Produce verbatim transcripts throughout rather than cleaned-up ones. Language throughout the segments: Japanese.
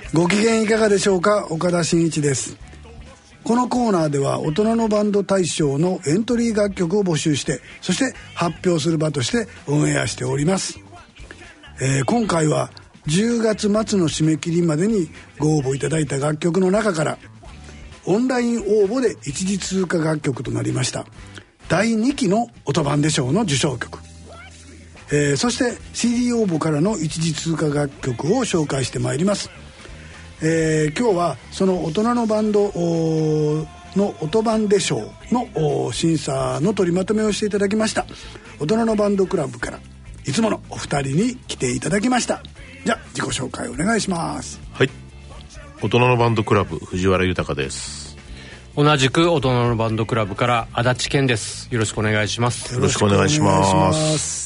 ご機嫌いかがでしょうか。岡田真一です。このコーナーでは大人のバンド大賞のエントリー楽曲を募集して、そして発表する場としてオンエアしております。えー、今回はじゅうがつ末の締め切りまでにご応募いただいた楽曲の中からオンライン応募で一次通過楽曲となりましただいにきの音バンデ賞の受賞曲、えー、そして シーディー 応募からの一次通過楽曲を紹介してまいります。えー、今日はその大人のバンドの音バンデ賞の審査の取りまとめをしていただきました大人のバンドクラブからいつものお二人に来ていただきました。じゃあ自己紹介お願いします。 はい、大人のバンドクラブ藤原豊です。 同じく大人のバンドクラブから足立健です。よろしくお願いします。 よろしくお願いします。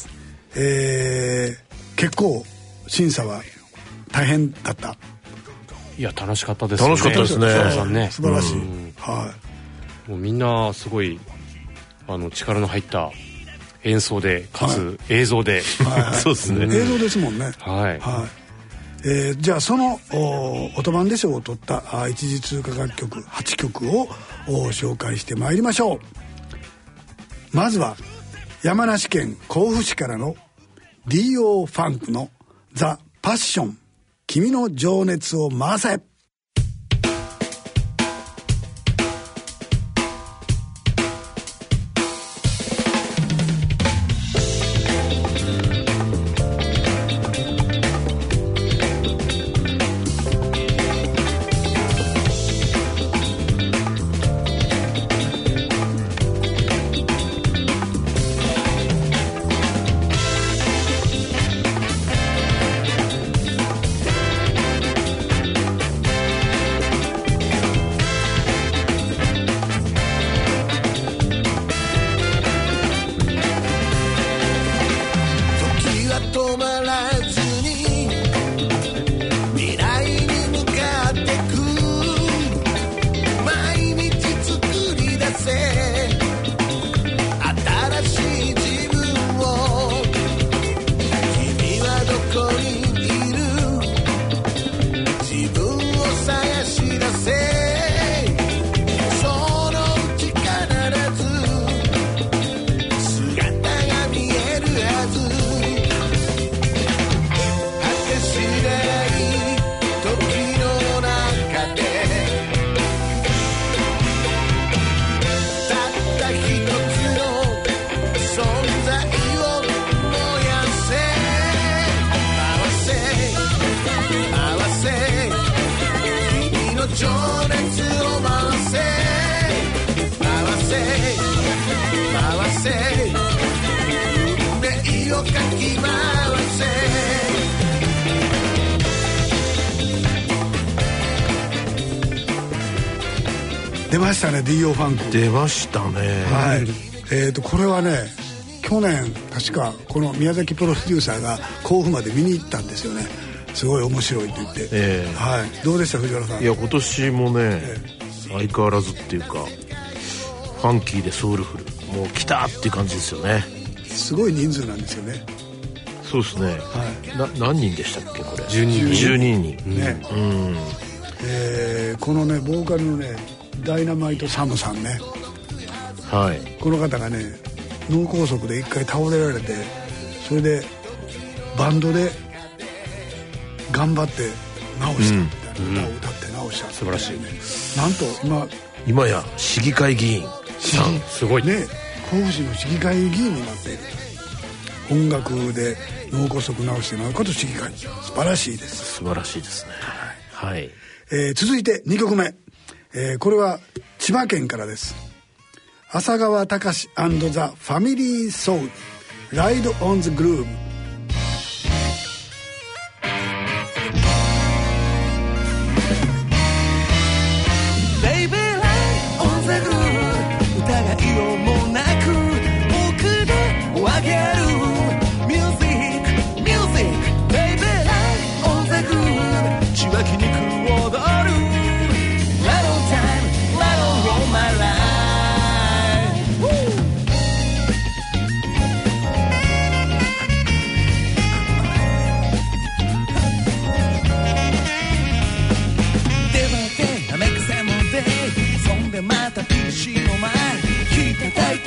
えー、結構審査は大変だった。 いや楽しかったですね。 楽しかったですね。 さんね、 素晴らしい、うん、はい。 もうみんなすごいあの力の入った演奏でかつ、はい、映像で、 はいはい、 そうですね、 映像ですもんね。 はい、 はい。えー、じゃあその音バンデ賞を取ったあ一次通過楽曲はちきょくを紹介してまいりましょう。まずは山梨県甲府市からの ディーオー ファンクのザ・パッション、君の情熱を回せ。出ましたね、 ディーオー ファンク出ましたね。 はい。えーとこれはね、去年確かこの宮崎プロデューサーが甲府まで見に行ったんですよね。すごい面白いと言って、えーはい、どうでした藤原さん。 いや今年もね、えー、相変わらずっていうかファンキーでソウルフル、もう来たっていう感じですよね。 すごい人数なんですよね。 そうですね、はい、な何人でしたっけこれ。 じゅうににんじゅうににんね、うん、えー、このねボーカルのねダイナマイトサムさんね、 はい、 この方がね脳梗塞で一回倒れられて、それでバンドで頑張って治したみたいな、うん、歌を歌って治した、 うん、素晴らしいね。 なんと今今や市議会議員さん、 すごいね、甲府市の市議会議員になっている。音楽で脳梗塞治してなおかつ市議会、素晴らしいです。 素晴らしいですね。はい、はい。 えー、続いてにきょくめ、えー、これは千葉県からです。浅川隆 and the Family Soul Ride on the Groove。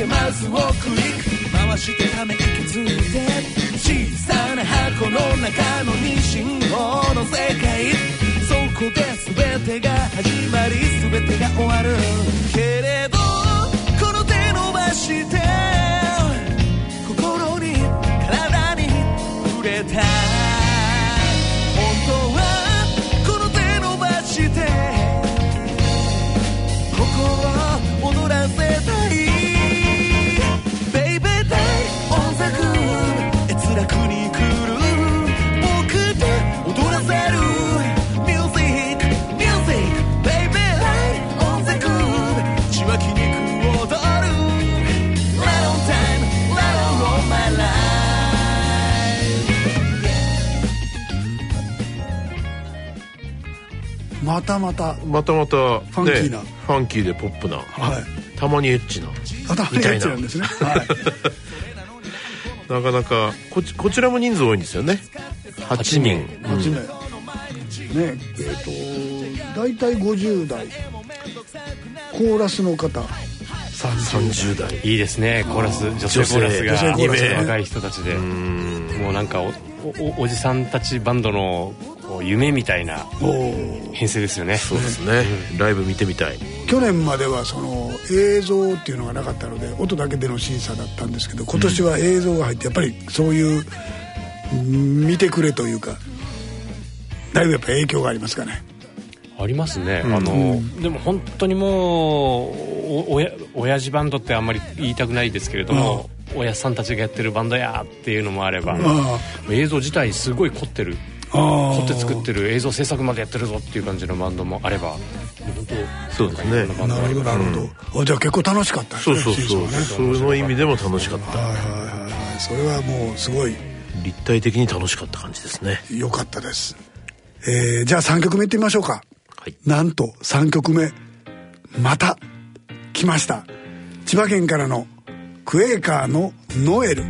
してマウスをクリック回してため息ついて小さな箱の中のに信号の世界そこで全てが始まり全てが終わるけれどこの手伸ばして心に体に触れた本当はこの手伸ばして心を踊らせたい Baby die on the groove 閲楽に来る僕で踊らせる Music Music Baby die on the groove 血は筋肉を踊る Right on time Right on all my life またまたまたまたファンキーな、 ね、ファンキーでポップな、 はい、 たまにエッチなあたまにエッチなんですね、はい、 なかなか こ, ちこちらも人数多いんですよねはちにんはちめい、うん、ねえー、と大体ごじゅう代コーラスの方さんじゅう代いいですねコーラス女性コーラスがにめい若い人たちでもうなんか お, お, おじさんたちバンドの夢みたいな編成ですよね。 そうですね、うん、ライブ見てみたい。 去年まではその映像っていうのがなかったので音だけでの審査だったんですけど今年は映像が入ってやっぱりそういう見てくれというかだいぶやっぱ影響がありますかね。 ありますね、うん、あの、うん、でも本当にもうおおや親父バンドってあんまり言いたくないですけれども、うん、親さんたちがやってるバンドやっていうのもあれば、うん、映像自体すごい凝ってる凝って作ってる映像制作までやってるぞっていう感じのバンドもあれば本当そうですね。 なるほどなるほど、うん、じゃあ結構楽しかったですね。 そうそうそう、ね、その意味でも楽しかった。 はいはいはい、それはもうすごい立体的に楽しかった感じですね。 よかったです、えー、じゃあさんきょくめいってみましょうか。はい、なんとさんきょくめまた来ました。千葉県からのクエーカーのノエル。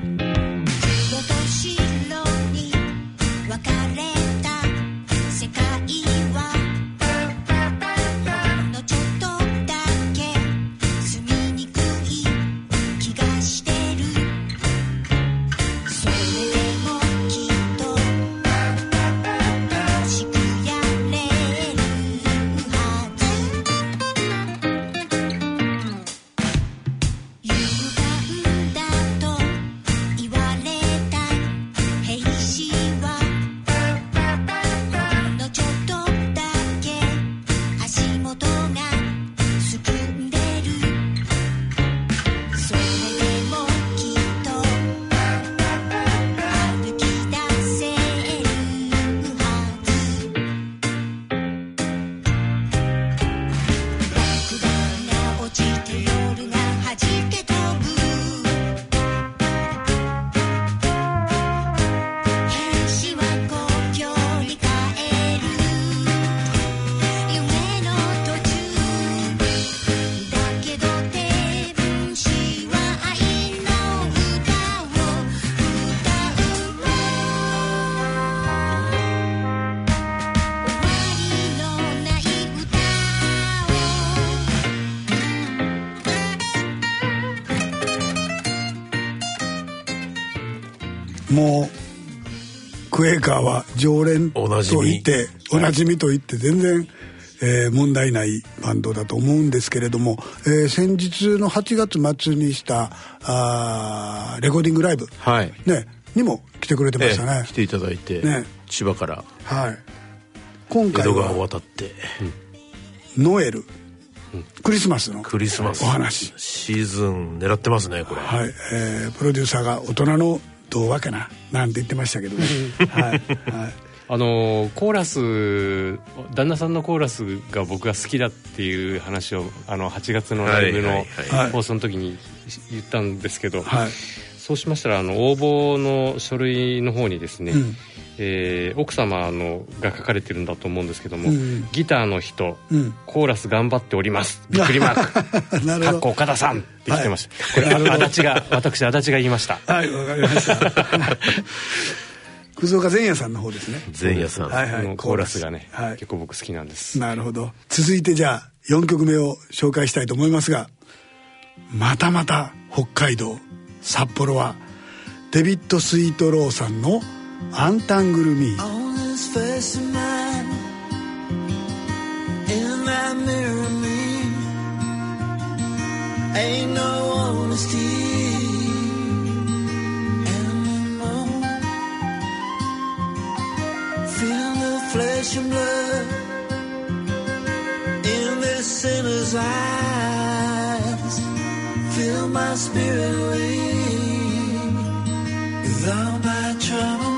もうクエーカーは常連と言っておなじみと言って全然、えー、問題ないバンドだと思うんですけれども、えー、先日のはちがつ末にしたあレコーディングライブ、はい、ね、にも来てくれてましたね、 えー、来ていただいて、ね、千葉から、はい、今回は江戸川を渡って、 うん、ノエル、うん、クリスマスのクリスマスお話シーズン狙ってますねこれ、 はい、えー、プロデューサーが大人の童話かななんて言ってましたけどねはい、はい、 あのコーラス旦那さんのコーラスが僕が好きだっていう話をあのはちがつのライブの放送の時に言ったんですけど、はい、そうしましたらあの応募の書類の方にですね、うん、えー、奥様のが書かれてるんだと思うんですけども、うん、ギターの人、うん、コーラス頑張っておりますびっくりマークかっこ岡田さんって言ってました、はい、これ足立が私足立が言いました。 はい、わかりました葛岡前夜さんの方ですね。 前夜さん、 はいはい、コーラスがね、はい、結構僕好きなんです。 なるほど。続いてじゃあよんきょくめを紹介したいと思いますが、 またまた北海道札幌はデビッド・スイートローさんのアンタングルミー。 Ain't no honesty anymore. Feel the flesh and blood in this sinner's eyes. Feel my spirit weak with all my troubles.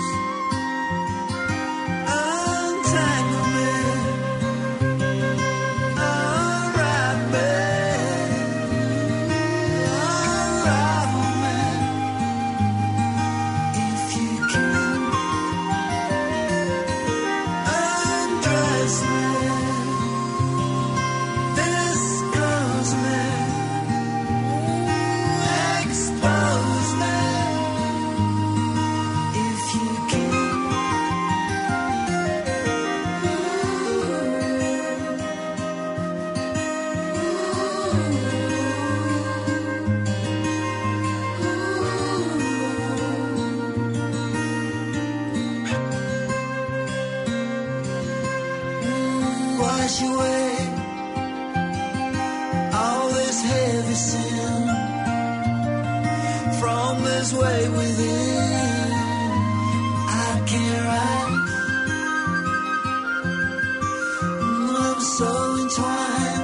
Untangle me. Unwrap me. Wash away all this heavy sin from this way within. I can't rise. I'm so entwined.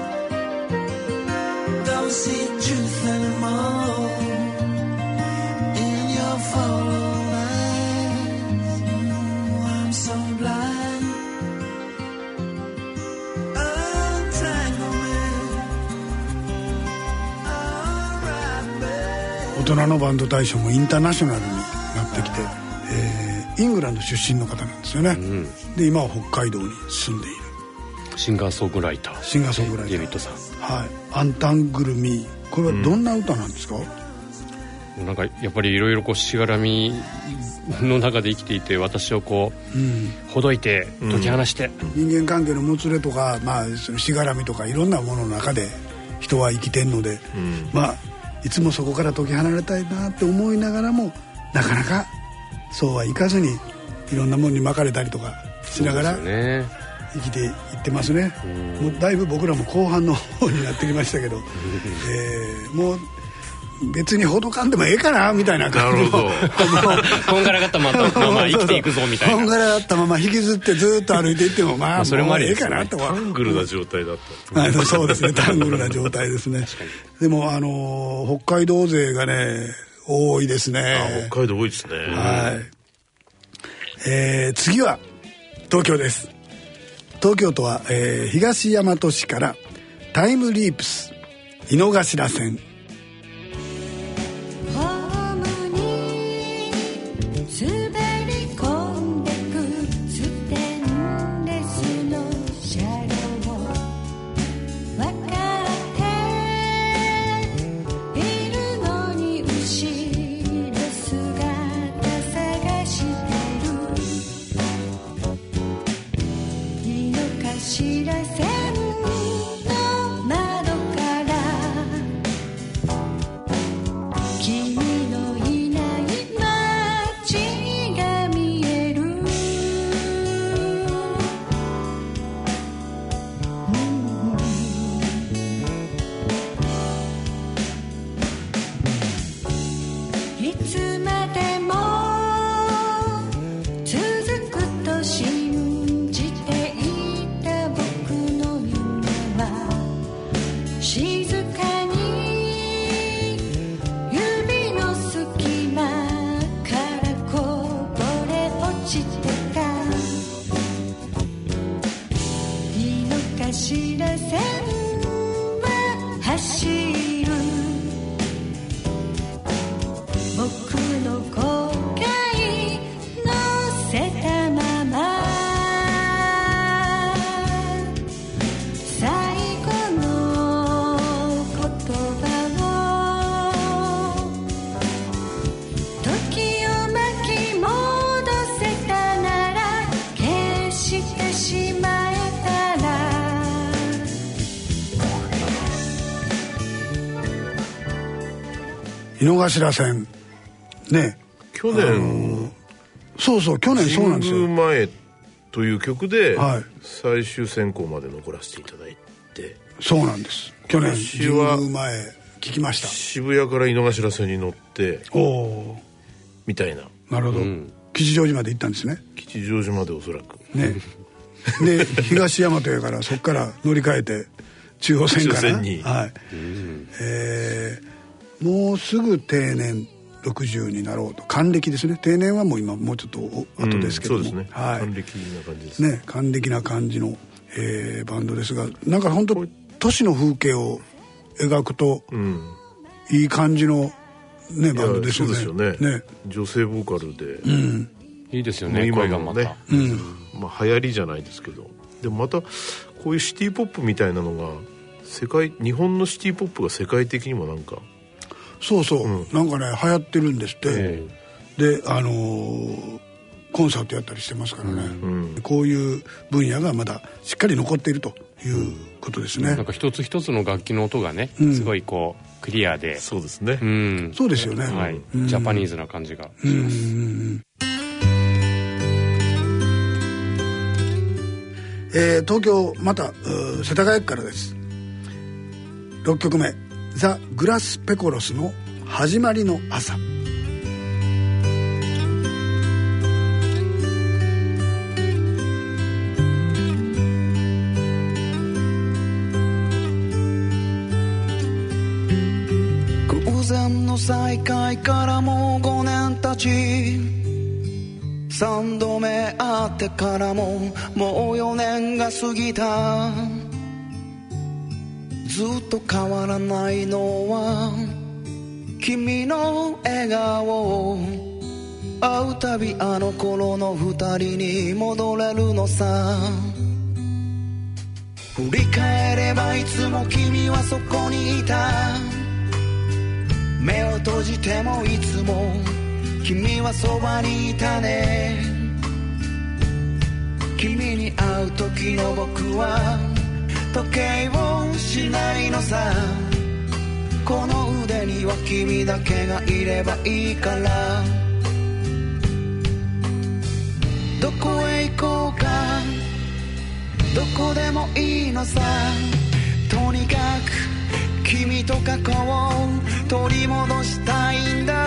Don't see truth anymore in your follow lines. I'm so blind. 大人のバンド大賞もインターナショナルになってきて、えー、イングランド出身の方なんですよね、うん、で今は北海道に住んでいるシンガーソングライターシンガーソングライターデビッドさん、 はい、アンタングルミー、これはどんな歌なんですか？ うん、なんかやっぱりいろいろこうしがらみの中で生きていて、私をこう、うん、ほどいて解き放して、 うん、人間関係のもつれとか、まあ、そのしがらみとかいろんなものの中で人は生きてんので、うん、まあいつもそこから解き放れたいなって思いながらもなかなかそうはいかずにいろんなものに巻かれたりとかしながら生きていってますね。もうだいぶ僕らも後半の方になってきましたけど、えー、もう別にほどかんでもええかなみたいな感じのこんがらがったまま生きていくぞみたいな、 こんがらがったまま引きずってずっと歩いていってもまあそれもええかなとタングルな状態だった、 うん、そうですね、タングルな状態ですね。でもあのー、北海道勢がね多いですね。 あ、北海道多いですね。 はい、えー、次は東京です。東京都は、えー、東大和市からタイムリープス井の頭線。 井の頭線ね、 去年そうそう去年そうなんですよ。 神宮前という曲で最終選考まで残らせていただいて、 そうなんです。去年神宮前聞きました。 渋谷から井の頭線に乗っておみたいな。 なるほど、うん、吉祥寺まで行ったんですね。 吉祥寺までおそらくねで東大和やからそこから乗り換えて中央線から中央線に、はい、えー、もうすぐ定年ろくじゅうになろうと。還暦ですね。定年はもう今もうちょっと後ですけども、うん、そうですね、はい、 還暦な感じですね。 還暦な感じの、えー、バンドですが、なんか本当都市の風景を描くと、うん、いい感じの、ね、バンドですよね。 そうですよね。ね、女性ボーカルで、うん、 いいですよね。声がまた、 うん、 まあ、流行りじゃないですけど、でもまたこういうシティポップみたいなのが世界、日本のシティポップが世界的にもなんかそうそう、うん、なんかね流行ってるんですって、えー、であのー、コンサートやったりしてますからね、うん、こういう分野がまだしっかり残っているということですね。 なんか一つ一つの楽器の音がね、うん、すごいこうクリアで、 そうですね、 うん、そうですよね、 はい、うん、ジャパニーズな感じがします。うんうんうん、 えー、東京また世田谷区からです。ろっきょくめ、ザ・グラス・ペコロスの始まりの朝。 偶然の再会からもうごねん経ち、三度目会ってからももうよねんが過ぎた。ずっと変わらないのは君の笑顔。会うたびあの頃の二人に戻れるのさ。振り返ればいつも君はそこにいた。目を閉じてもいつも君はそばにいたね。君に会う時の僕は時計をしないのさ。この腕には君だけがいればいいから。どこへ行こうか、どこでもいいのさ。とにかく君と過去を取り戻したいんだ。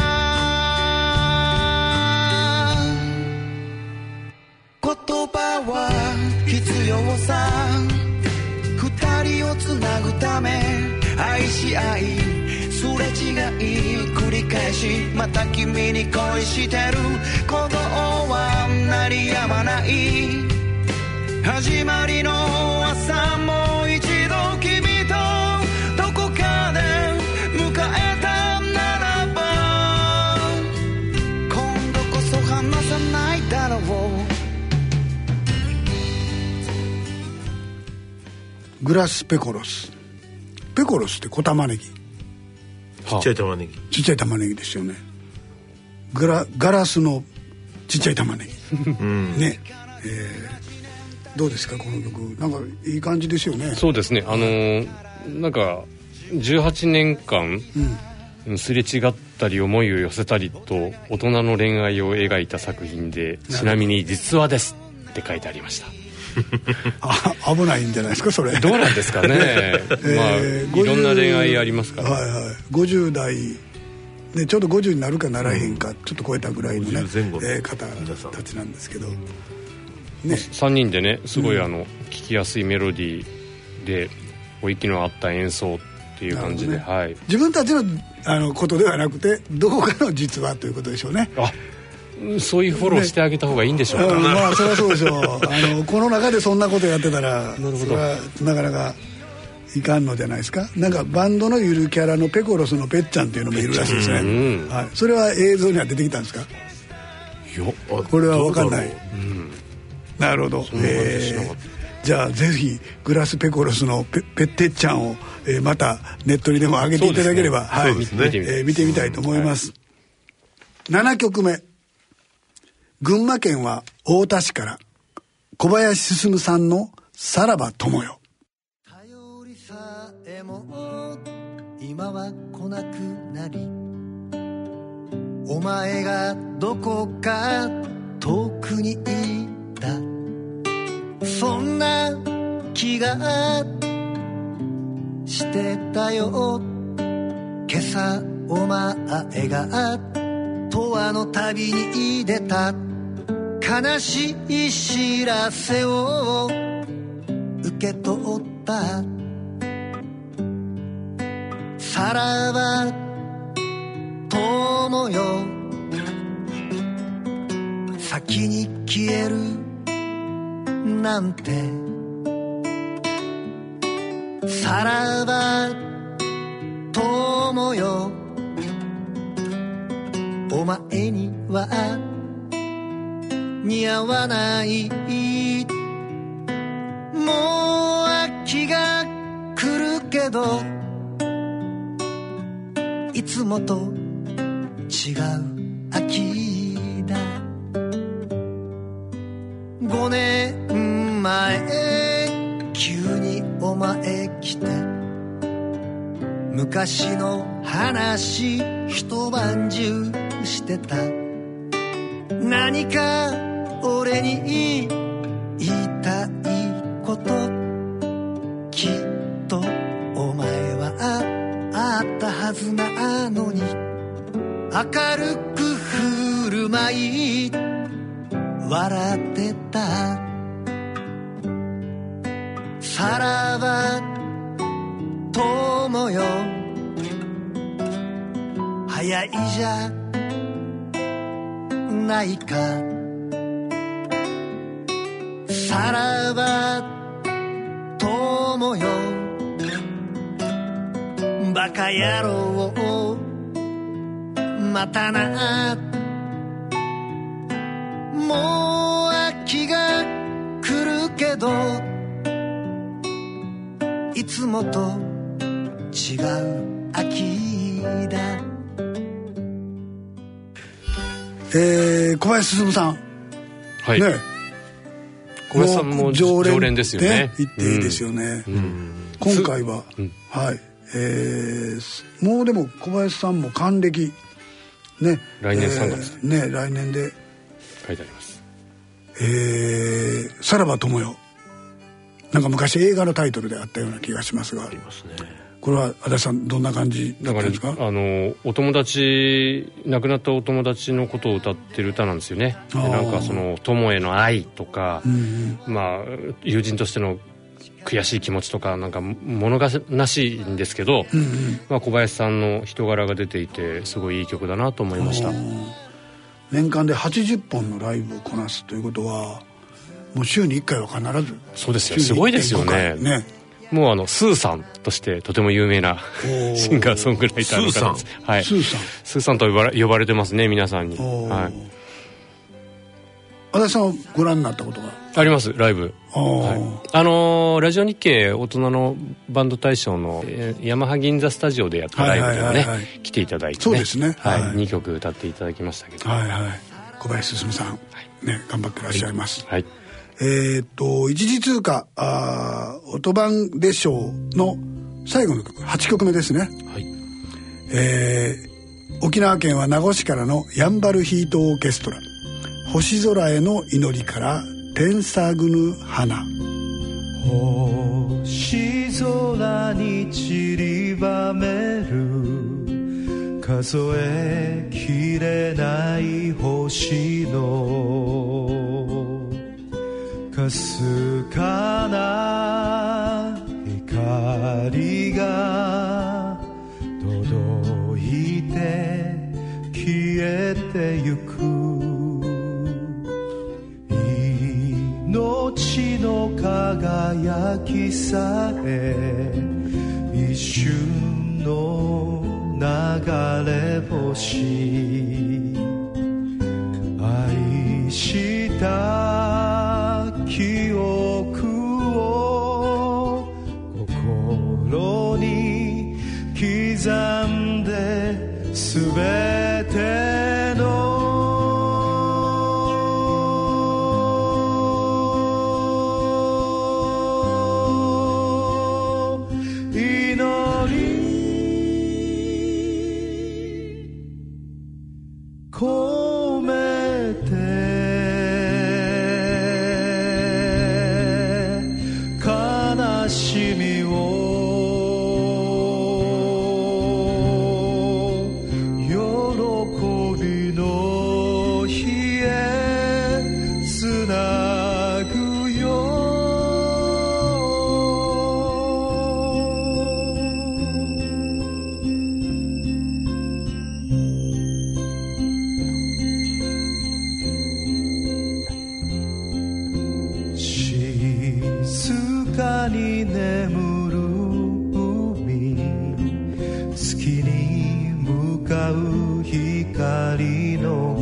言葉は必要さ。二人をつなぐため愛し合いすれ違い繰り返し、また君に恋してる。鼓動は鳴り止まない。始まりの朝もう一度君とどこかで迎えたならば、今度こそ離さないだろう。 グラスペコロス。ペコロスって小玉ねぎ、 ちっちゃい玉ねぎ、 ちっちゃい玉ねぎですよね。グラガラスのちっちゃい玉ねぎ、うん、ね、えー、どうですかこの曲。なんかいい感じですよね。 そうですね、あのー、なんかじゅうはちねんかん、うん、すれ違ったり思いを寄せたりと大人の恋愛を描いた作品で、ちなみに実話ですって書いてありました。 あ、危ないんじゃないですかそれ。 どうなんですかね、えーまあ、いろんな恋愛ありますから、 はいはい、ごじゅう代、ね、ちょうどごじゅうになるかならへんか、うん、ちょっと超えたぐらいの、ね、えー、方たちなんですけど、 ね、さんにんでねすごい、うん、あの聴きやすいメロディーで息の合った演奏っていう感じで、ね、はい、 自分たちの、あのことではなくてどこかの実話ということでしょうね。 あ、そういうフォローしてあげた方がいいんでしょうか、 ね、まあそれはそうでしょう。あのこの中でそんなことやってたらなるほど、それはなかなかいかんのじゃないですか。なんかバンドのゆるキャラのペコロスのぺっちゃんっていうのもいるらしいですね、うん、はい、それは映像には出てきたんですか。 よこれは分かんない、うん、なるほど、えー、じゃあぜひグラスペコロスの ペ, ペッテッちゃんを、えー、またネットにでも上げていただければ、はい、見てみたいと思います、はい、ななきょくめ、群馬県は太田市から小林進さんのさらば友よ。 頼りさえも今は来なくなりお前がどこか遠くにいた、そんな気がしてたよ。今朝お前が永遠の旅に出た、悲しい知らせを受け取った。さらば友よ、先に消えるなんて。さらば友よ、お前には似合わない。もう秋が来るけど、いつもと違う秋だ。ごねんまえ急にお前来て、昔の話一晩中してた。何か俺に言いたいこと、きっとお前はあったはずなのに、明るく振る舞い笑ってた。さらば友よ、早いじゃないか。さらば友よ、バカ野郎またな。もう秋が来るけど、いつもと違う秋だ。 えー、小林進さん、 はい、ね、小林さんも常連、常連ですよね。 言っていいですよね、うんうん、今回は、うん、はい、えー、もうでも小林さんも還暦ね、 来年さんがつ、 えー、ね、来年で書いてあります。 えー、さらば友よ、なんか昔映画のタイトルであったような気がしますが、 ありますね。 これは足立さんどんな感じだったんですか？ あのお友達、亡くなったお友達のことを歌ってる歌なんですよね。でなんかその友への愛とか、うんうん、まあ友人としての悔しい気持ちとか、なんか物悲しいんですけど、うんうん、まあ、小林さんの人柄が出ていてすごいいい曲だなと思いました。 年間ではちじゅっぽんのライブをこなすということは、もう週にいっかいは必ず。 そうですよ、すごいですよね。ね、もうあのスーさんとしてとても有名なシンガーソングライターの方です。はい、スーさん、スーさんと呼ばれ、呼ばれてますね、皆さんに。はい、 足立さんはご覧になったことがあります、ライブ。はい、あのー、ラジオ日経大人のバンド大賞の、えー、ヤマハ銀座スタジオでやったライブでもね、はいはいはいはい、来ていただいて、ね、 そうですね、 はいはい、にきょく歌っていただきましたけど、 はいはい、小林進さん、はいね、頑張ってらっしゃいます。 はい、 えー、っと一次通過あオトバンデショーの最後の曲、はちきょくめですね。はい、えー、沖縄県は名護市からのヤンバルヒートオーケストラ、星空への祈りから天さぐぬ花。 星空に散りばめる数えきれない星のかすかな光が届いて消えてゆく、命の輝きさえ一瞬の流れ星、愛した記憶を心に刻んですべての向かう光の道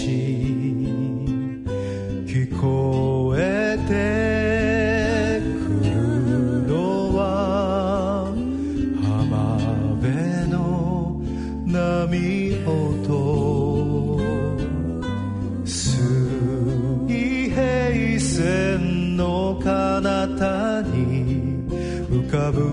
聞こえてくるのは浜辺の波音水平線の彼方に浮かぶ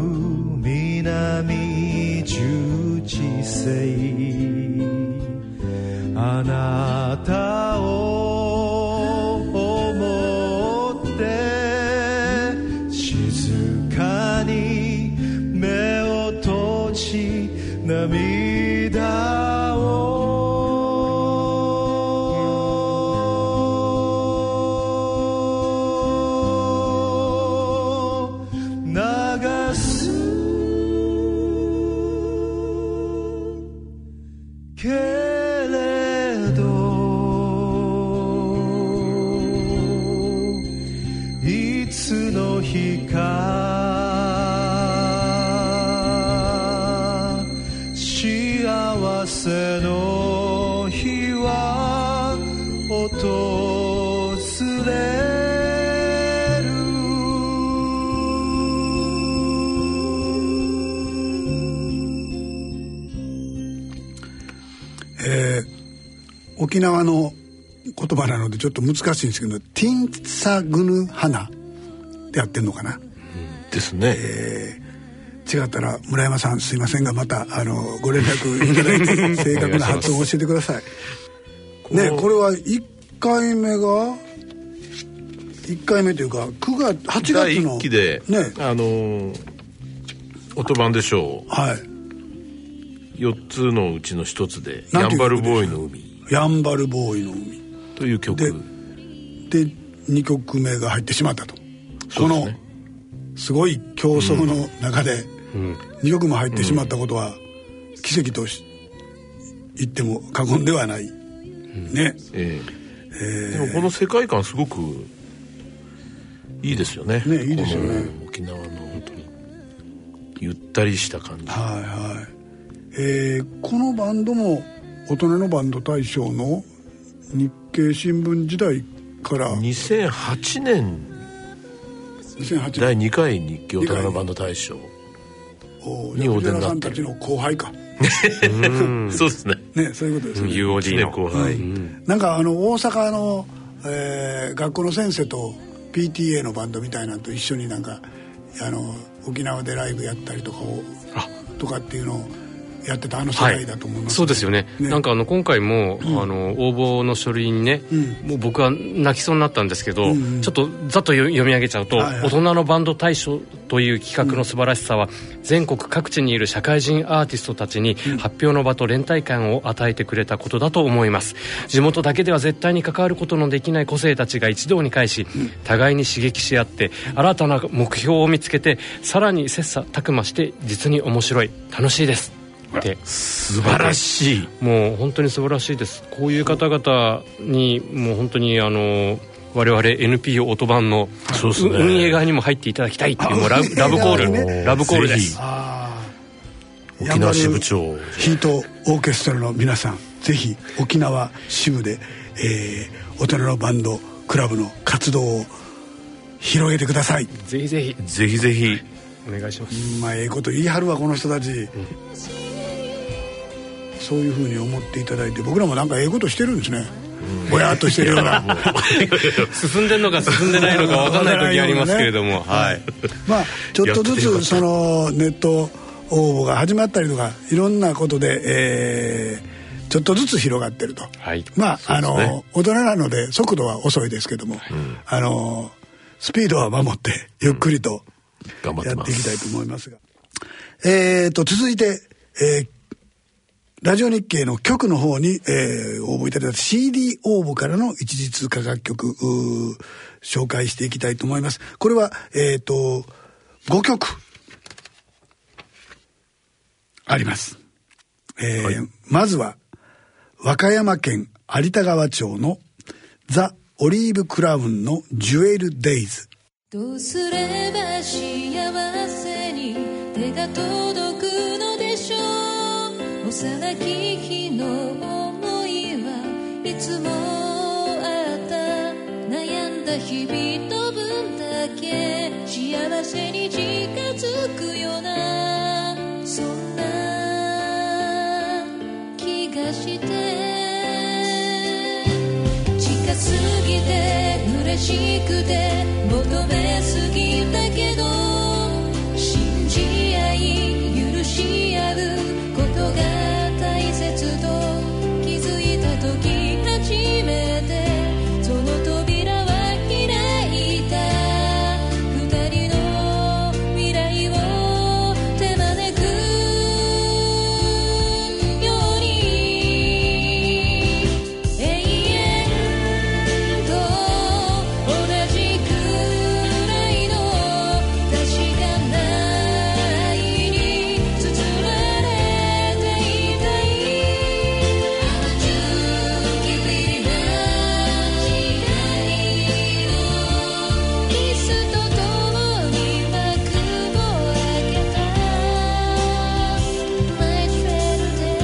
南十字星あなたを思って静かに目を閉じ涙を流すけれどいつの日か幸せの日は訪れえー、沖縄の言葉なのでちょっと難しいんですけどティンサグヌハナってやってんのかな、うん、 ですね、 えー、違ったら村山さんすいませんがまたあのご連絡いただいて正確な発音を教えてくださいね。これはいっかいめがいっかいめというかくがつはちがつのだいいっきで、ね、あのー、音版でしょう、はい、よっつのうちのひとつでヤンバルボーイの海ヤンバルボーイの海という曲で, でにきょくめが入ってしまったと、ね、このすごい競争の中でにきょくも入ってしまったことは奇跡とし言っても過言ではない、うん、ね、えーえー、でもこの世界観すごくいいですよね。 ね、いいですよね。 沖縄の本当にゆったりした感じ。 はいはい。えー、このバンドも大人のバンド大賞の日経新聞時代からにせんはちねんだいにかい日経大人のバンド大賞にお出になってる。さんたちの後輩か。 うんそうですね。 ね、そういうことですね。 ユーオーディー の後輩。 うん、なんかあの大阪の、えー、学校の先生と ピーティーエー のバンドみたいなのと一緒になんかあの沖縄でライブやったりとかをとかっていうのをやってたあの世代だと思います、ね、はい、 そうですよ ね, ねなんかあの今回も、うん、あの応募の書類にね、うん、もう僕は泣きそうになったんですけど、うんうん、ちょっとざっと読み上げちゃうと、はいはい、大人のバンド大賞という企画の素晴らしさは、うん、全国各地にいる社会人アーティストたちに発表の場と連帯感を与えてくれたことだと思います。地元だけでは絶対に関わることのできない個性たちが一堂に会し、うん、互いに刺激し合って新たな目標を見つけてさらに切磋琢磨して実に面白い楽しいですって素晴らしい。 もう本当に素晴らしいです。こういう方々にもう本当にあの我々 エヌピーオー 音版の運営側にも入っていただきたいっていうもうラブ、ラブコール、ね、ラブコールです。 あ沖縄支部長ヒートオーケストラの皆さんぜひ沖縄支部で、えー、大人のバンドクラブの活動を広げてください。 ぜひぜひぜひぜひお願いします。 まあええこと言い張るわこの人たち、うん、そういう風に思っていただいて僕らもなんかええことしてるんですね。ぼやっとしてるような進んでるのか進んでないのか分かんない時ありますけれども、ね、はい、 まあちょっとずつそのネット応募が始まったりとかいろんなことで、えー、ちょっとずつ広がってると、はい、まあ、ね、あの大人なので速度は遅いですけども、はい、あのスピードは守ってゆっくりとやっていきたいと思いますが、うん、えーと続いて、えーラジオ日経の局の方に、えー、応募いただいた シーディー 応募からの一時通過楽曲紹介していきたいと思います。これは、えーと、ごきょくあります。えーはい、まずは和歌山県有田川町のザ・オリーブクラウンのジュエルデイズ。 どうすれば幸せに手が届くのでしょう。 幼き日の思いはいつもあった。悩んだ日々の分だけ幸せに近づくような、そんな気がして、近すぎて嬉しくて求めすぎたけど、信じ合い許し合うことが大切と気づいた時初めて、その扉は開いた。二人の未来を手招くように、永遠と同じくらいの確かな愛に包まれていたい。きびりな時代をキスと共に幕を開けた My friend で、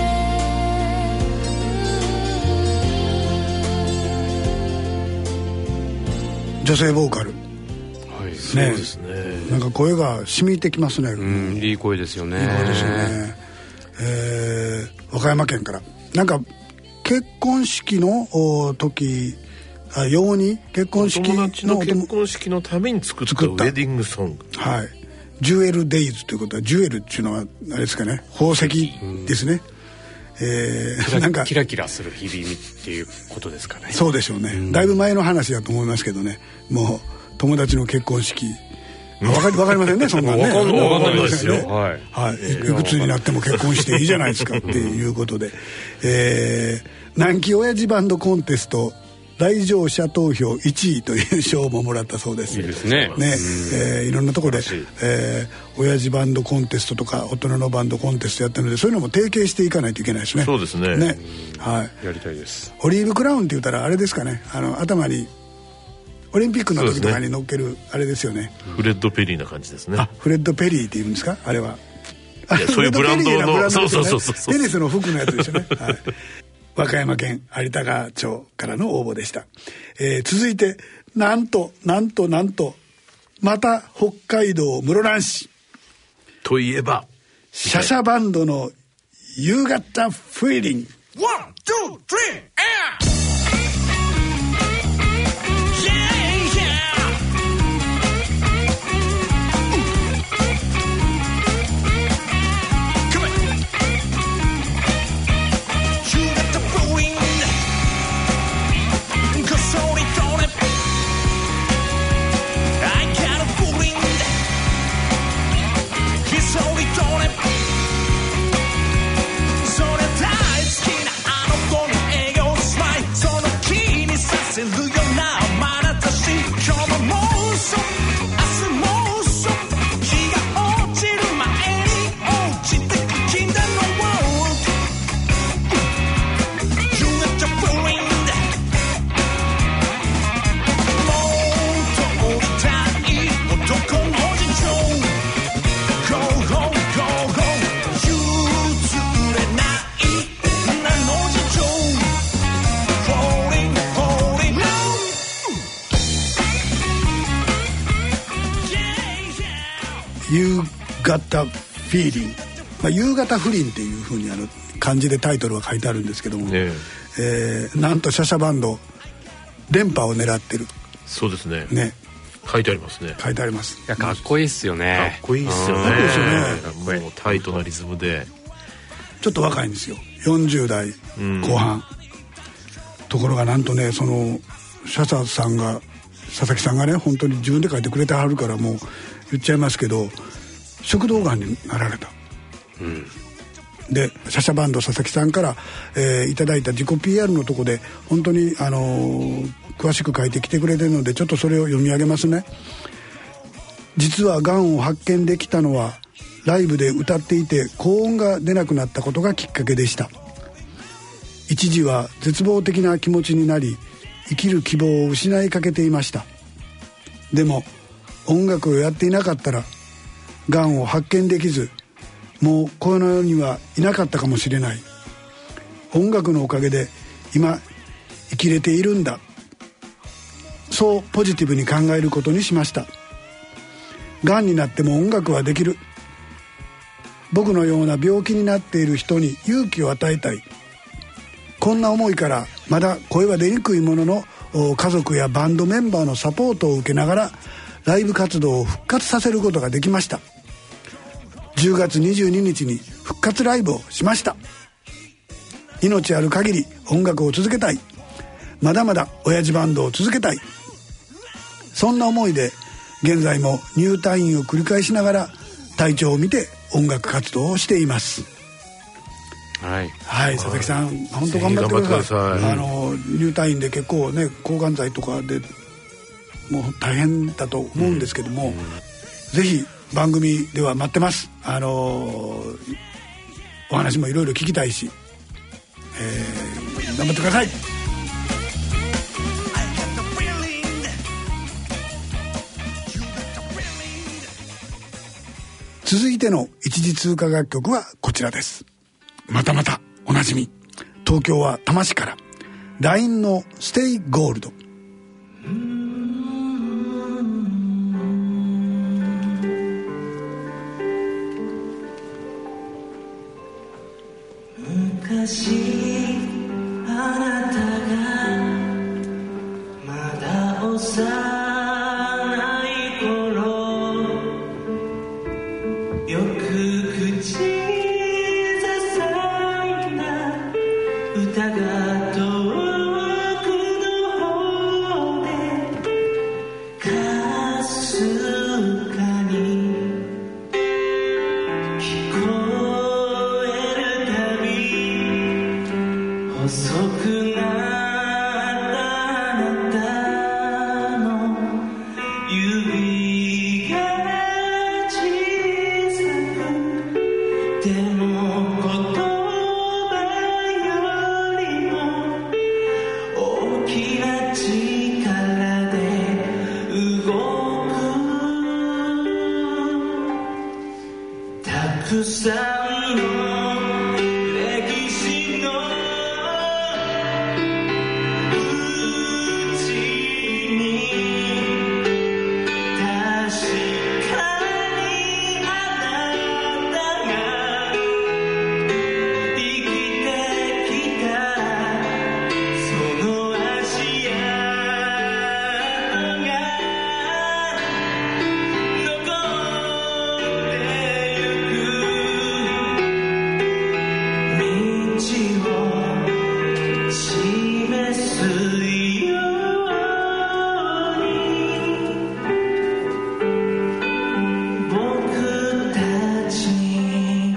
女性ボーカルはい、 そうですね。 なんか声が染みてきますね。 うん、いい声ですよね。 いい声ですよね。えー和歌山県からなんか結婚式のお時あ用に結婚式友達のの結婚式のために作ったウ作ったェディングソング。 はい、ジュエルデイズということはジュエルっていうのはあれですかね、宝石ですね。えー、なんかキラキラする日々っていうことですかね。 そうでしょうね。だいぶ前の話だと思いますけどね。もう友達の結婚式わかりわかりませんね、そんなね。 わかんないわかんないですよはい。 はい、いくつになっても結婚していいじゃないですかっていうことで、えー、南紀親父バンドコンテスト来場者投票いちいという賞ももらったそうです。 いいですね。 ね、えー、いろんなところで、 素晴らしいえー、親父バンドコンテストとか大人のバンドコンテストやってるので、そういうのも提携していかないといけないですね。 そうですね。 ね、はい。 やりたいです。 オリーブクラウンって言ったらあれですかね、あの頭にオリンピックの時とかに乗っけるあれですよね。 フレッド・ペリーな感じですね。 あ、フレッド・ペリーって言うんですか、あれは。 いやそういうブランドの、そうそうそうそう。 テニスの服のやつですよね。はい。和歌山県有田川町からの応募でした。えー、続いてなんとなんとなんとまた北海道室蘭市といえばシャシャバンドの夕方フィーリング。 ワン、ツー、スリー、エア夕方フィーリング、まあ、夕方不倫っていうふうにあの漢字でタイトルは書いてあるんですけども、ねえー、なんとシャシャバンド連覇を狙ってる。 そうですね。 ね、 書いてありますね。 書いてあります。 いやかっこいいっすよね。 かっこいいっすよね。 かっこいいですよね。 もうタイトなリズムでちょっと若いんですよ、よんじゅう代後半、うん、ところがなんとね、そのシャシャさんが佐々木さんがね本当に自分で書いてくれてはるからもう言っちゃいますけど、食道がんになられた、うん、でシャシャバンド佐々木さんから、えー、いただいた自己 ピーアール のとこで本当に、あのー、詳しく書いてきてくれてるのでちょっとそれを読み上げますね。実はがんを発見できたのはライブで歌っていて高音が出なくなったことがきっかけでした。一時は絶望的な気持ちになり生きる希望を失いかけていました。でも音楽をやっていなかったらがんを発見できずもうこの世にはいなかったかもしれない。音楽のおかげで今生きれているんだ、そうポジティブに考えることにしました。がんになっても音楽はできる。僕のような病気になっている人に勇気を与えたい。こんな思いからまだ声は出にくいものの、家族やバンドメンバーのサポートを受けながらライブ活動を復活させることができました。じゅうがつにじゅうににちに復活ライブをしました。命ある限り音楽を続けたい。まだまだ親父バンドを続けたい。そんな思いで現在も入退院を繰り返しながら体調を見て音楽活動をしています。はい、はい、佐々木さん本当頑張ってください。あの入退院で結構ね抗がん剤とかでもう大変だと思うんですけども、うんうん、ぜひ番組では待ってます。あのお話もいろいろ聞きたいし、えー、頑張ってください。続いての一時通過楽曲はこちらです。またまたおなじみ、東京は多摩市から ライン のステイゴールド。 昔あなたがまだ幼い頃、よく口ずさんだ歌が遠くの方でかすかに聞こえるたび、細くなったあなたの指が小さく、でも言葉よりも大きな力で動く、たくさんの歴史のうちに、確かにあなたが生きてきた、その足跡が残ってゆく、道を示すように、僕たちに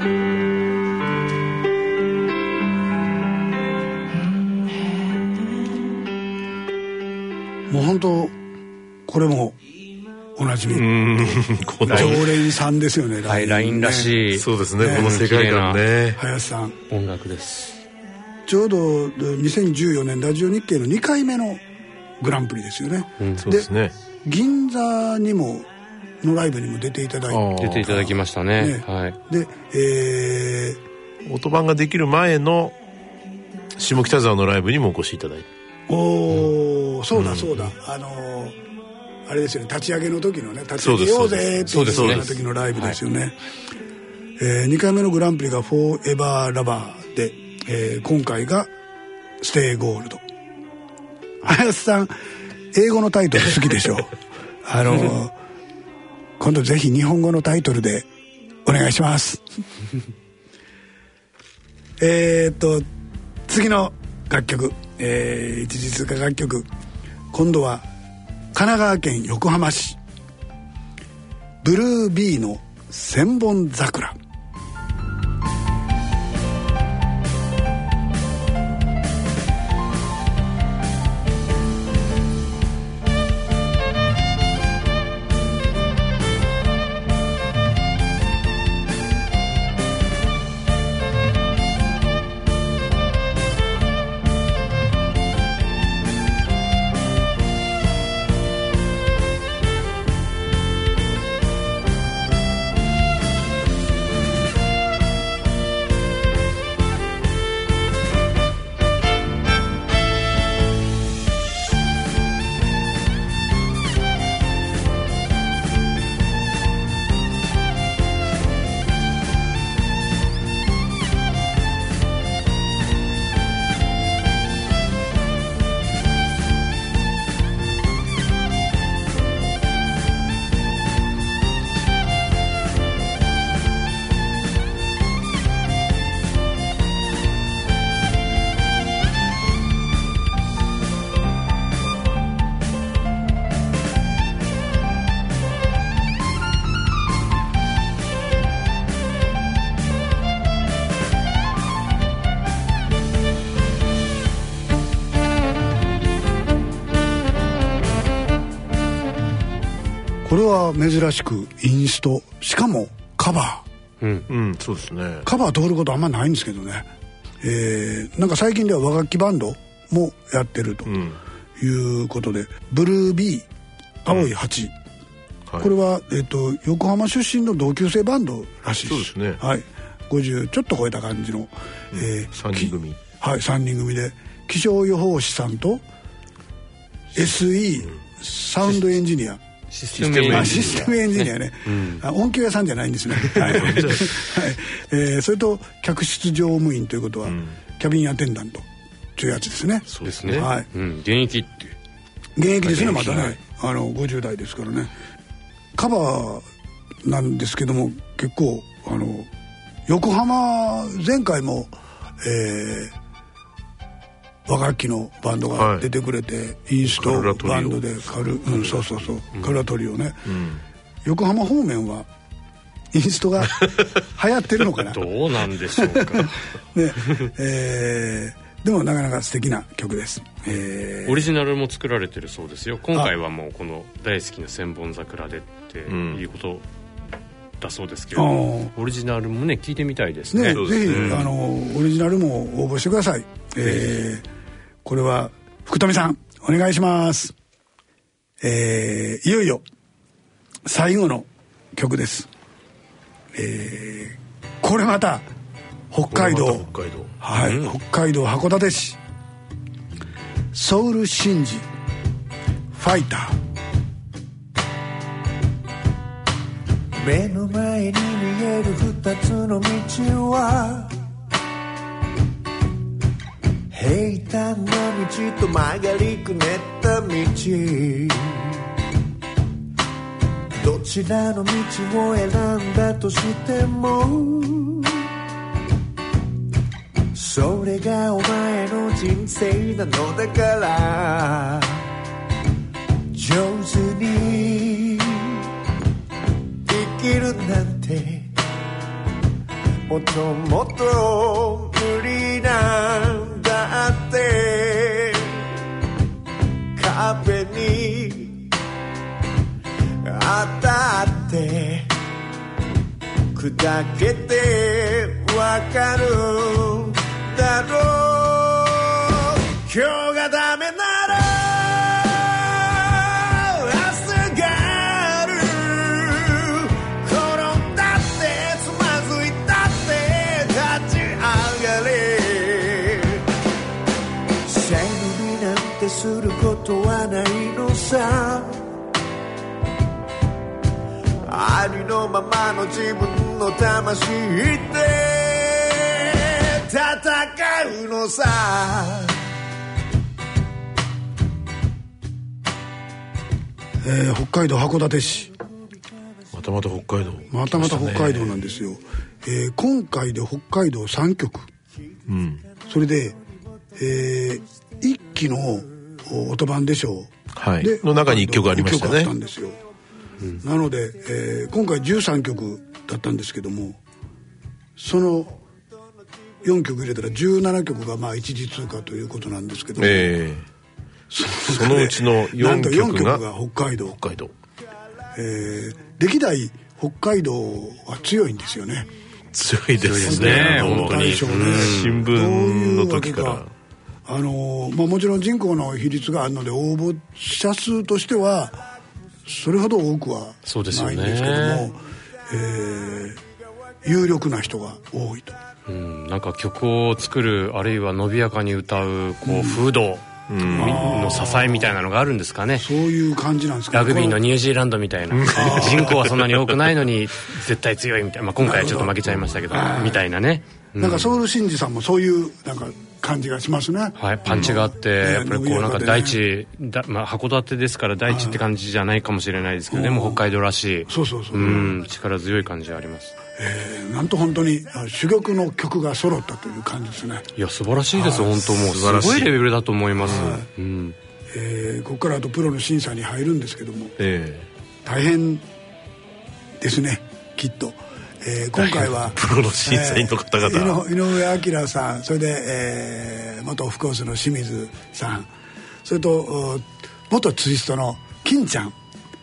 もう本当これもおなじみ、 この常連さんですよね。 はい、ラインらしい、 そうですね、この世界観ね、 林さん音楽です。 ちょうどにせんじゅうよねんラジオ日経のにかいめのグランプリですよね、 うん、そうですね。 銀座にものライブにも出ていただいて、 出ていただきましたね、ね、はい。 で、えー、オートバンができる前の下北沢のライブにもお越しいただいて、 おー、そうだそうだ、うん、あのー、あれですよね、立ち上げの時のね、立ち上げようぜっていうような時のライブですよね。えー、にかいめのグランプリがフォーエバーラバーで、えー、今回がステイゴールド。林さん英語のタイトル好きでしょうあのー、今度ぜひ日本語のタイトルでお願いしますえっと次の楽曲、えー、一時通過楽曲、今度は神奈川県横浜市ブルービーの千本桜。 これは珍しくインスト、しかもカバー、うんうん、そうですね。 カバー通ることあんまないんですけどね、えー、なんか最近では和楽器バンドもやってるということで、うん、ブルービー青い蜂、うんはい、これは、えー、と横浜出身の同級生バンドらしいです。 そうですね、 はい、ごじゅうちょっと超えた感じの、うんえー、さんにん組、 はい、さんにん組で気象予報士さんと エスイー、うん、サウンドエンジニア、 システムエンジニア、 システムエンジニアね、うん、あ音響屋さんじゃないんですね、はいはいえー、それと客室乗務員ということは、うん、キャビンアテンダントというやつですね。 そうですね、 はいうん、現役って現役ですね、またね、あのごじゅう代ですからね。カバーなんですけども、結構あの横浜前回も、えー、和楽器のバンドが出てくれて、はい、インストバンドでカル、うん、そうそうそう、うん、カルラトリオね、うん、横浜方面はインストが流行ってるのかなどうなんでしょうかね、 えー、でもなかなか素敵な曲です、 えー、オリジナルも作られてるそうですよ。今回はもうこの大好きな千本桜でっていうことだそうですけど、オリジナルもね聞いてみたいですね。 ね、ぜひ、うん、あのオリジナルも応募してください、えー、これは福富さんお願いします。えー、いよいよ最後の曲です、えー、これまた北海道、 北海道、 はい、うん、北海道函館市ソウルシンジファイター。 目の前に見える二つの道は平坦な道と曲がりくねった道、どちらの道を選んだとしてもそれがお前の人生なのだから、上手に生きるなんてもっともっと無理なんだって、壁に当たって砕けてわかるだろう。今日がダメなら明日がある、転んだってつまずいたって立ち上がれ、背伸びなんてすることはないのさ、ありのままの自分の魂で戦うのさ。 えー、北海道函館市、 またまた北海道、 またまた北海道なんですよ、えー、今回で北海道さんきょく、うん、それで、えー、いっきの音版でしょう、 はい、での中にいっきょくありましたね。いっきょくあったんですよ、うん、なので、えー、今回じゅうさんきょくだったんですけども、そのよんきょく入れたらじゅうななきょくがまあ一次通過ということなんですけども、 えーそのうちのよんきょくが北海道、 北海道、 えー、歴代北海道は強いんですよね。 強いですね、本当に、 ね、 新聞の時から、 あのーまあ、もちろん人口の比率があるので応募者数としてはそれほど多くはないんですけども、えー、有力な人が多いと、 うん、なんか曲を作るあるいは伸びやかに歌うこう、うん、風土うん、の支えみたいなのがあるんですかね。 そういう感じなんですか、ね、 ラグビーのニュージーランドみたいな人口はそんなに多くないのに絶対強いみたいな、まあ、今回はちょっと負けちゃいましたけどみたいなね、 うん、なんかソウルシンジさんもそういうなんか感じがしますね、 はい、パンチがあって、うん、やっぱりこうなんか大地だ、まあ、函館ですから大地って感じじゃないかもしれないですけど、でも北海道らしい、 そうそうそう、 うん、力強い感じがあります。 えー、なんと本当に珠玉の曲が揃ったという感じですね。 いや素晴らしいです本当、もうすごいレベルだと思います、うん、 えー、ここからあとプロの審査に入るんですけども、 えー、大変ですねきっと、えー、今回はプロの審査員の方々、 えー、井上彰さん、それで、えー、元オフコースの清水さん、それと元ツイストの金ちゃん、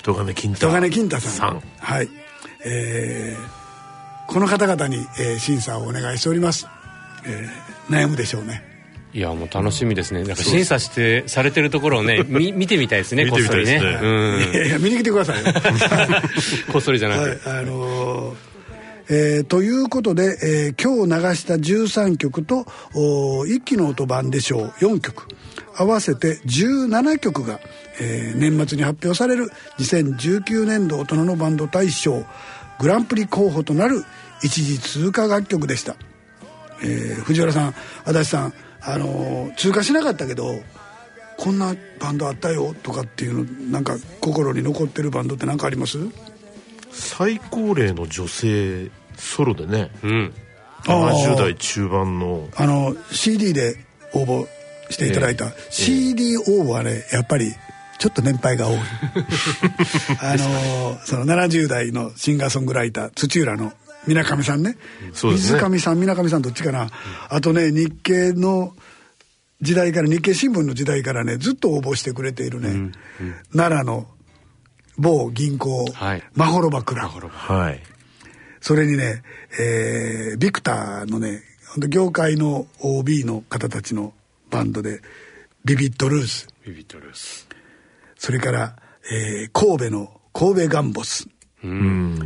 太金金太金金太さん、はい、えー、この方々に、えー、審査をお願いしております、えー、悩むでしょうね。 いやもう楽しみですね。なんか審査してされてるところをね見見てみたいですね。こっそりね。うん、 いやいや見に来てくださいよこっそりじゃなくて、はい、あのーえー、ということで、えー、今日流したじゅうさんきょくと一期の音版でしょうよんきょく合わせてじゅうななきょくが、えー、年末に発表されるにせんじゅうきゅうねんど大人のバンド大賞グランプリ候補となる一次通過楽曲でした。えー、藤原さん、足立さん、あのー、通過しなかったけどこんなバンドあったよとかっていうのなんか心に残ってるバンドって何かあります？ 最高齢の女性ソロでね、うん、ななじゅう代中盤のあの シーディー で応募していただいた、えー、シーディー 応募はねやっぱりちょっと年配が多いあのそのななじゅう代のシンガーソングライター土浦の水上さん ね, そうですね水上さん水上さんどっちかな、うん、あとね日経の時代から日経新聞の時代からねずっと応募してくれているね、うんうん、奈良の某銀行、はい、マホロバクラブ、はい、それにね、えー、ビクターのね業界の オービー の方たちのバンドでビビッドルース、ビビッドルース、それから、えー、神戸の神戸ガンボス、うん、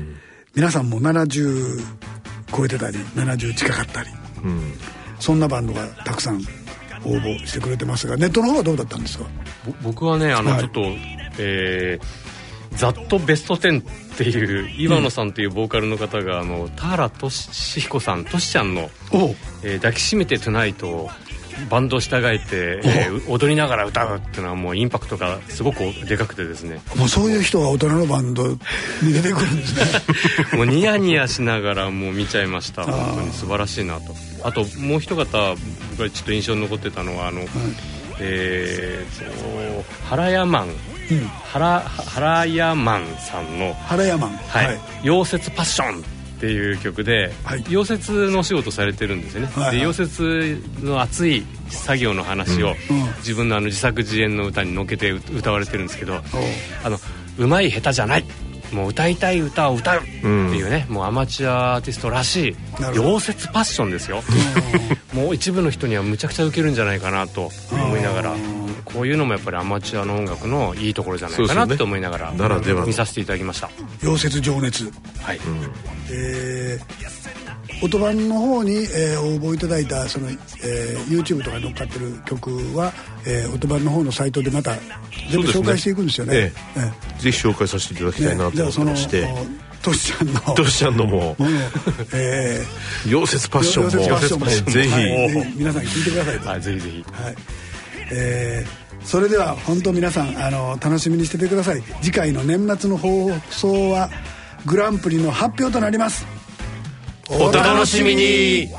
皆さんもななじゅう超えてたりななじゅう近かったり、うん、そんなバンドがたくさん応募してくれてますが、ネットの方はどうだったんですか？ 僕はねあの、はい、ちょっと、えー、ザットベストじゅうっていう岩野さんというボーカルの方が、うん、あの田原俊彦さんトシちゃんの、えー、抱きしめてトゥナイトをバンド従えて、えー、踊りながら歌うっていうのはもうインパクトがすごくでかくてですね、 もうそういう人が大人のバンドに出てくるんですねもうニヤニヤしながらもう見ちゃいました。本当に素晴らしいなと。あともう一方僕がちょっと印象に残ってたのはあの、はい、えーと原ヤマン、うん、原, 原ヤマンさんの原ヤマン、 はいはい、溶接パッションっていう曲で、はい、溶接のお仕事されてるんですよね、はいはい、で溶接の熱い作業の話を、うん、自分のあの自作自演の歌に乗っけて歌われてるんですけど、あのうまい下手じゃない、もう歌いたい歌を歌うっていうね、うん、もうアマチュアアーティストらしい溶接パッションですよもう一部の人にはむちゃくちゃウケるんじゃないかなと思いながら、こういうのもやっぱりアマチュアの音楽のいいところじゃないかなと思いながら、ね、ならでは見させていただきました。 溶接情熱、はい、うん、えー、音版の方に、えー、応募いただいたその、えー、YouTube とかに乗っかってる曲は、えー、音版の方のサイトでまた全部紹介していくんですよね。ええええ、ぜひ紹介させていただきたいなと思ってまして、ね、 トシちゃんのトシちゃんのもう、えー、溶接パッションも溶接パッションも、はい、 ぜひ、 はい、皆さん聞いてくださいと、 はい、ぜひぜひ、 はい、えー、それでは本当皆さんあの楽しみにしててください。次回の年末の放送はグランプリの発表となります。 お楽しみに。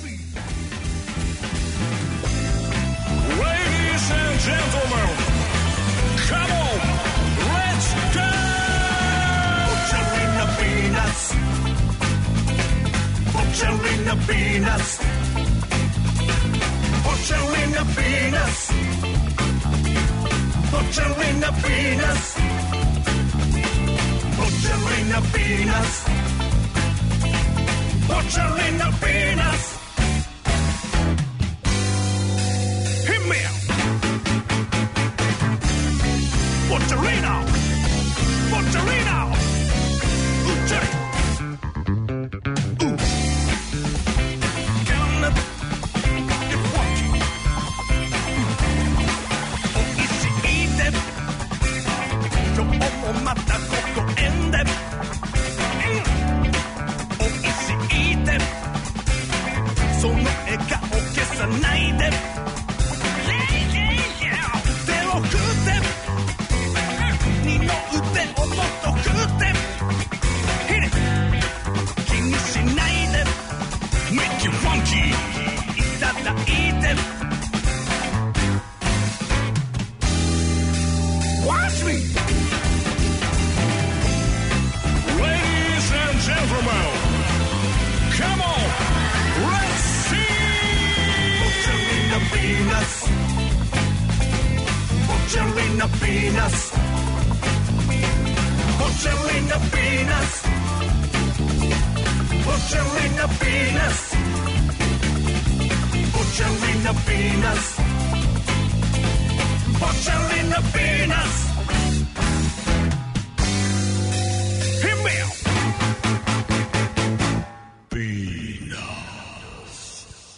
Pocharina Venus, Pocharina Venus, Pocharina Venus, Pocharina Venus, Pocharina Venus. Hit me out. Pocharina, Pocharina, Uche.またここへんで、うん、おいしいで、その笑顔消さないで、手を振って二の腕をもっと振って気にしないで Make you funky いただいて Watch me Gentlemen, come on, let's see. Pocharina Venus, Pocharina Venus, Angelina Venus, Angelina Venus, Angelina Venus.